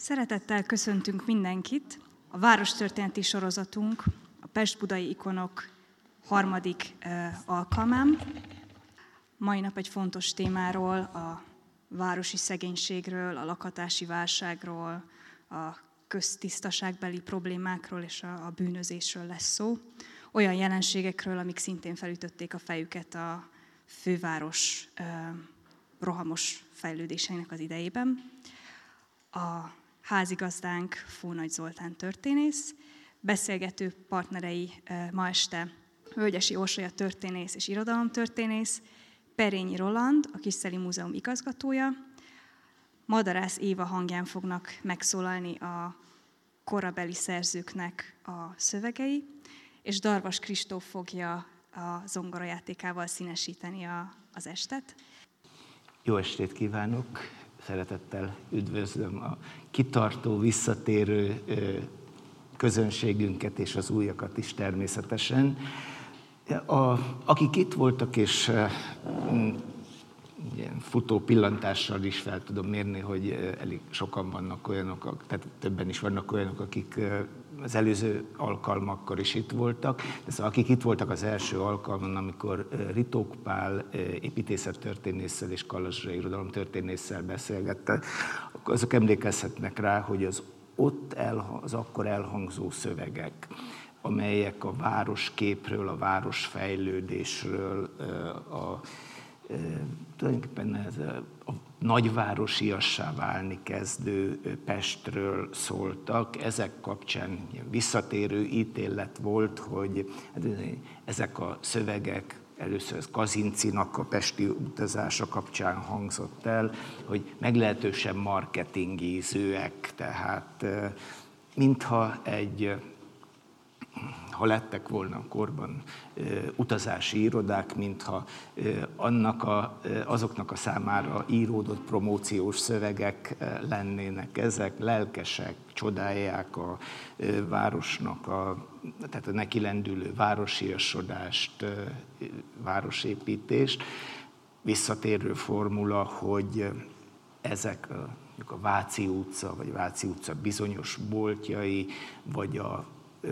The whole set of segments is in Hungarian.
Szeretettel köszöntünk mindenkit. A várostörténeti sorozatunk a pest-budai ikonok harmadik alkalmán. Mai nap egy fontos témáról, a városi szegénységről, a lakhatási válságról, a köztisztaságbeli problémákról és a bűnözésről lesz szó. Olyan jelenségekről, amik szintén felütötték a fejüket a főváros rohamos fejlődéseinek az idejében. A házigazdánk Fónagy Zoltán történész, beszélgető partnerei ma este Völgyesi Orsolya történész és irodalomtörténész, Perényi Roland, a Kisszeli Múzeum igazgatója, Madarász Éva hangján fognak megszólalni a korabeli szerzőknek a szövegei, és Darvas Kristóf fogja a zongorajátékával színesíteni az estet. Jó estét kívánok! Szeretettel üdvözlöm a kitartó, visszatérő közönségünket és az újakat is természetesen. Akik itt voltak, és futó pillantással is fel tudom mérni, hogy elég sokan vannak olyanok, tehát többen is vannak olyanok, akik az előző alkalmakkor is itt voltak. De szóval akik itt voltak az első alkalmon, amikor Ritók Pál építészettörténésszel és Kalazsrai irodalomtörténésszel beszélgettek, azok emlékezhetnek rá, hogy az akkor elhangzó szövegek, amelyek a városképről, a városfejlődésről, tulajdonképpen ez a nagyvárosiassá válni kezdő Pestről szóltak. Ezek kapcsán visszatérő ítélet volt, hogy ezek a szövegek, először ez Kazincinak a pesti utazása kapcsán hangzott el, hogy meglehetősen marketingízőek, tehát mintha ha lettek volna a korban utazási irodák, mintha azoknak a számára íródott promóciós szövegek lennének ezek, lelkesek, csodálják a városnak, tehát a neki lendülő városiasodást, városépítést. Visszatérő formula, hogy ezek a Váci utca, vagy Váci utca bizonyos boltjai, vagy a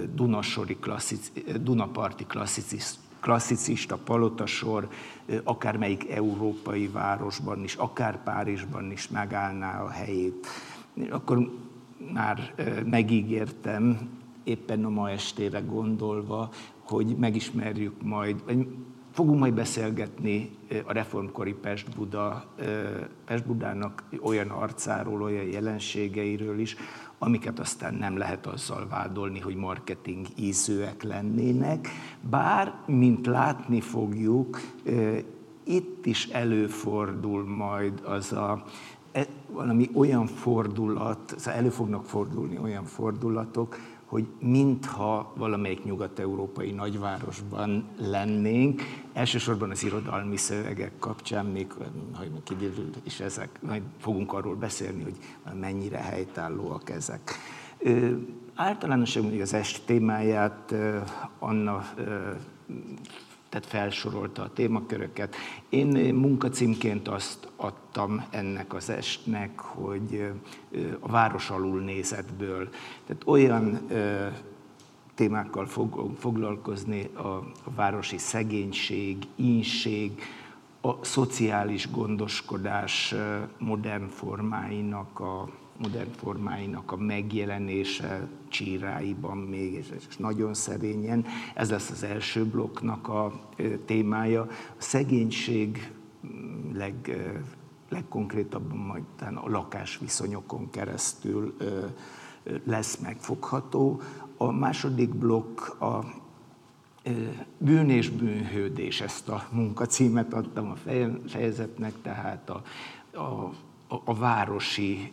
Dunaparti klasszicista palotasor akármelyik európai városban is, akár Párizsban is megállná a helyét. Akkor már megígértem, éppen a ma estére gondolva, hogy megismerjük majd, vagy fogunk majd beszélgetni a reformkori Pest-Budának olyan arcáról, olyan jelenségeiről is, amiket aztán nem lehet azzal vádolni, hogy marketing ízűek lennének, bár, mint látni fogjuk, itt is előfordul majd valami olyan fordulat, elő fognak fordulni olyan fordulatok, hogy mintha valamelyik nyugat-európai nagyvárosban lennénk, elsősorban az irodalmi szövegek kapcsán, még kiderül is ezek, majd fogunk arról beszélni, hogy mennyire helytállóak ezek. Általánosan az est témáját Anna tehát felsorolta a témaköröket. Én munkacímként azt adtam ennek az estnek, hogy a város alulnézetből. Tehát olyan témákkal fogunk foglalkozni, a városi szegénység, ínség, a szociális gondoskodás modern formáinak a megjelenése csíráiban még, és nagyon szerényen. Ez lesz az első blokknak a témája. A szegénység legkonkrétabban majd a lakásviszonyokon keresztül lesz megfogható. A második blokk a bűn és bűnhődés, ezt a munkacímet adtam a fejezetnek, tehát a városi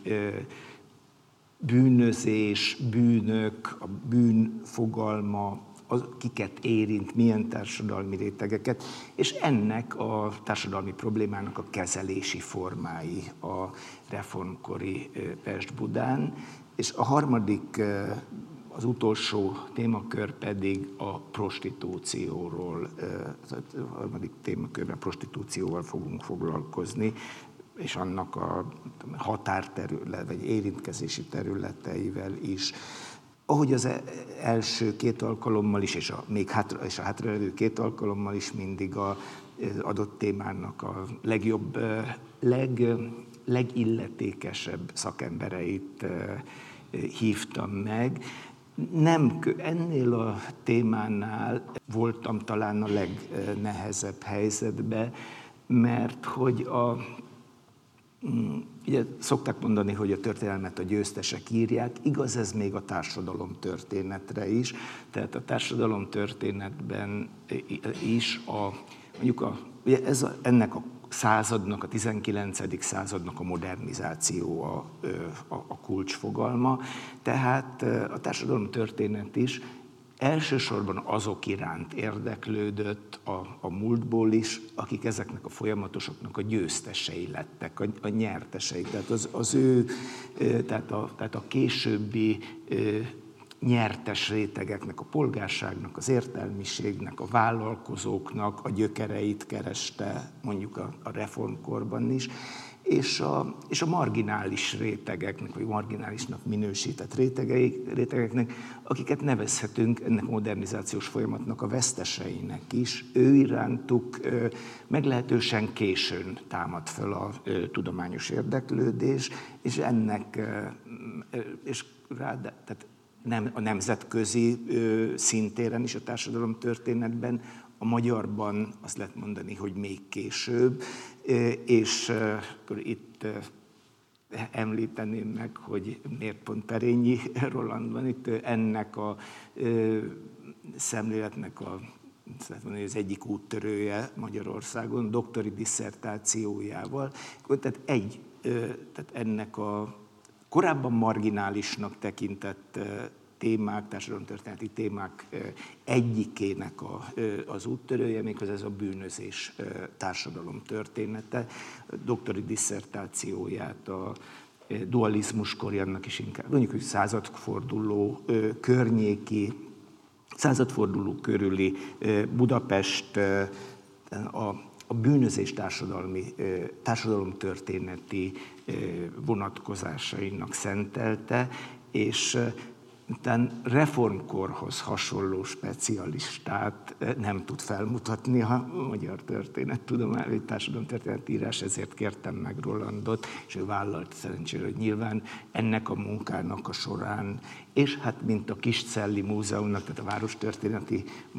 bűnözés, bűnök, a bűn fogalma, kiket érint, milyen társadalmi rétegeket, és ennek a társadalmi problémának a kezelési formái a reformkori Pest-Budán. És a harmadik, az utolsó témakör pedig a prostitúcióról, a harmadik témakörben a prostitúcióval fogunk foglalkozni. és annak a határterület, vagy érintkezési területeivel is. Ahogy az első 2 alkalommal is, és a hátralévő 2 alkalommal is mindig az adott témának a legjobb, legilletékesebb szakembereit hívtam meg. Ennél a témánál voltam talán a legnehezebb helyzetben, mert hogy ugye szokták mondani, hogy a történelmet a győztesek írják, igaz ez még a társadalomtörténetre is, tehát a társadalomtörténetben is ugye ennek a századnak, a 19. századnak a modernizáció a kulcsfogalma, tehát a társadalomtörténet is elsősorban azok iránt érdeklődött a múltból is, akik ezeknek a folyamatosoknak a győztesei lettek, a nyertesei. Tehát tehát a későbbi nyertes rétegeknek, a polgárságnak, az értelmiségnek, a vállalkozóknak a gyökereit kereste mondjuk a reformkorban is, és a marginális rétegeknek, vagy marginálisnak minősített rétegeknek, akiket nevezhetünk ennek a modernizációs folyamatnak a veszteseinek is. Ő irántuk meglehetősen későn támad föl a tudományos érdeklődés, és tehát a nemzetközi szintéren is a társadalomtörténetben, a magyarban azt lehet mondani, hogy még később, és akkor itt említeném meg, hogy miért pont Perényi Roland van itt, ennek a szemléletnek az egyik úttörője Magyarországon, doktori disszertációjával, tehát ennek a korábban marginálisnak tekintett társadalomtörténeti témák egyikének az úttörője, méghozzá ez a bűnözés társadalomtörténete. A doktori disszertációját a dualizmus korjának is inkább, mondjuk, hogy századforduló körüli Budapest a bűnözés társadalomtörténeti vonatkozásainak szentelte, és utána reformkorhoz hasonló specialistát nem tud felmutatni a magyar történettudomány, vagy társadalomtörténet írás, ezért kértem meg Rolandot, és ő vállalt szerencsére, hogy nyilván ennek a munkának a során, és hát mint a Kiscelli Múzeumnak, tehát a Várostörténeti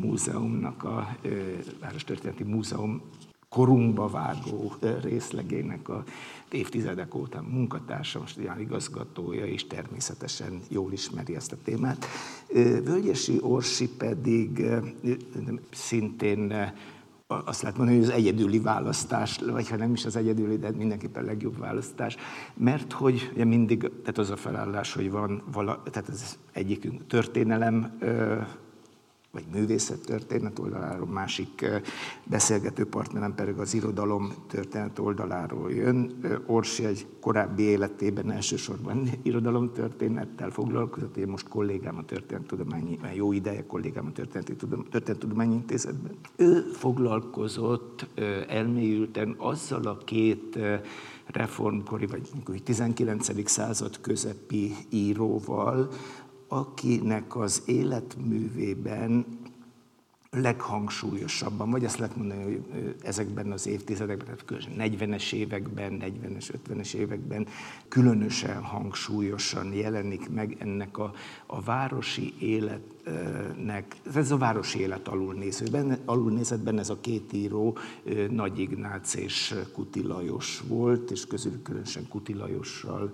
Múzeum korunkba vágó részlegének a évtizedek óta munkatársa, most ilyen igazgatója, és természetesen jól ismeri ezt a témát. Völgyesi Orsi pedig szintén azt lehet mondani, hogy az egyedüli választás, vagy ha nem is az egyedüli, de mindenképpen a legjobb választás, mert hogy ugye mindig, tehát az a felállás, hogy tehát ez egyikünk történelem, vagy művészettörténet oldaláról, másik beszélgető partnerem pedig az irodalom történet oldaláról jön. Orsi egy korábbi életében elsősorban irodalomtörténettel foglalkozott, én most kollégám a történettudományi, jó ideje kollégám a Történettudományi Intézetben. Ő foglalkozott elmélyülten azzal a két reformkori, vagy 19. század közepi íróval, akinek az életművében leghangsúlyosabban, vagy azt lehet mondani, hogy ezekben az évtizedekben, tehát különösen 40-es években, 40-es, 50-es években különösen hangsúlyosan jelenik meg ennek a városi életnek, ez a városi élet alulnézetben ez a két író, Nagy Ignác és Kuti Lajos volt, és közülük különösen Kuti Lajossal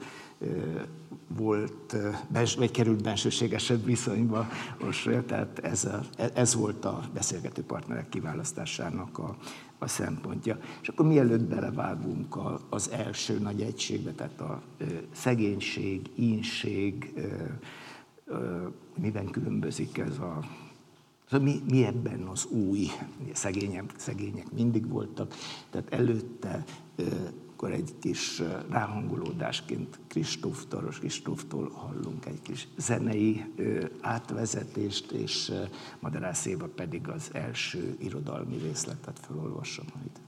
került bensőségesebb viszonyba Orsolya, tehát ez volt a beszélgető partnerek kiválasztásának a szempontja. És akkor mielőtt belevágunk az első nagy egységbe, tehát a szegénység, ínség, miben különbözik ez mi ebben az új, szegények mindig voltak, tehát előtte akkor egy kis ráhangolódásként Toros Kristóftól hallunk egy kis zenei átvezetést, és Madarász Éva pedig az első irodalmi részletet felolvassa majd.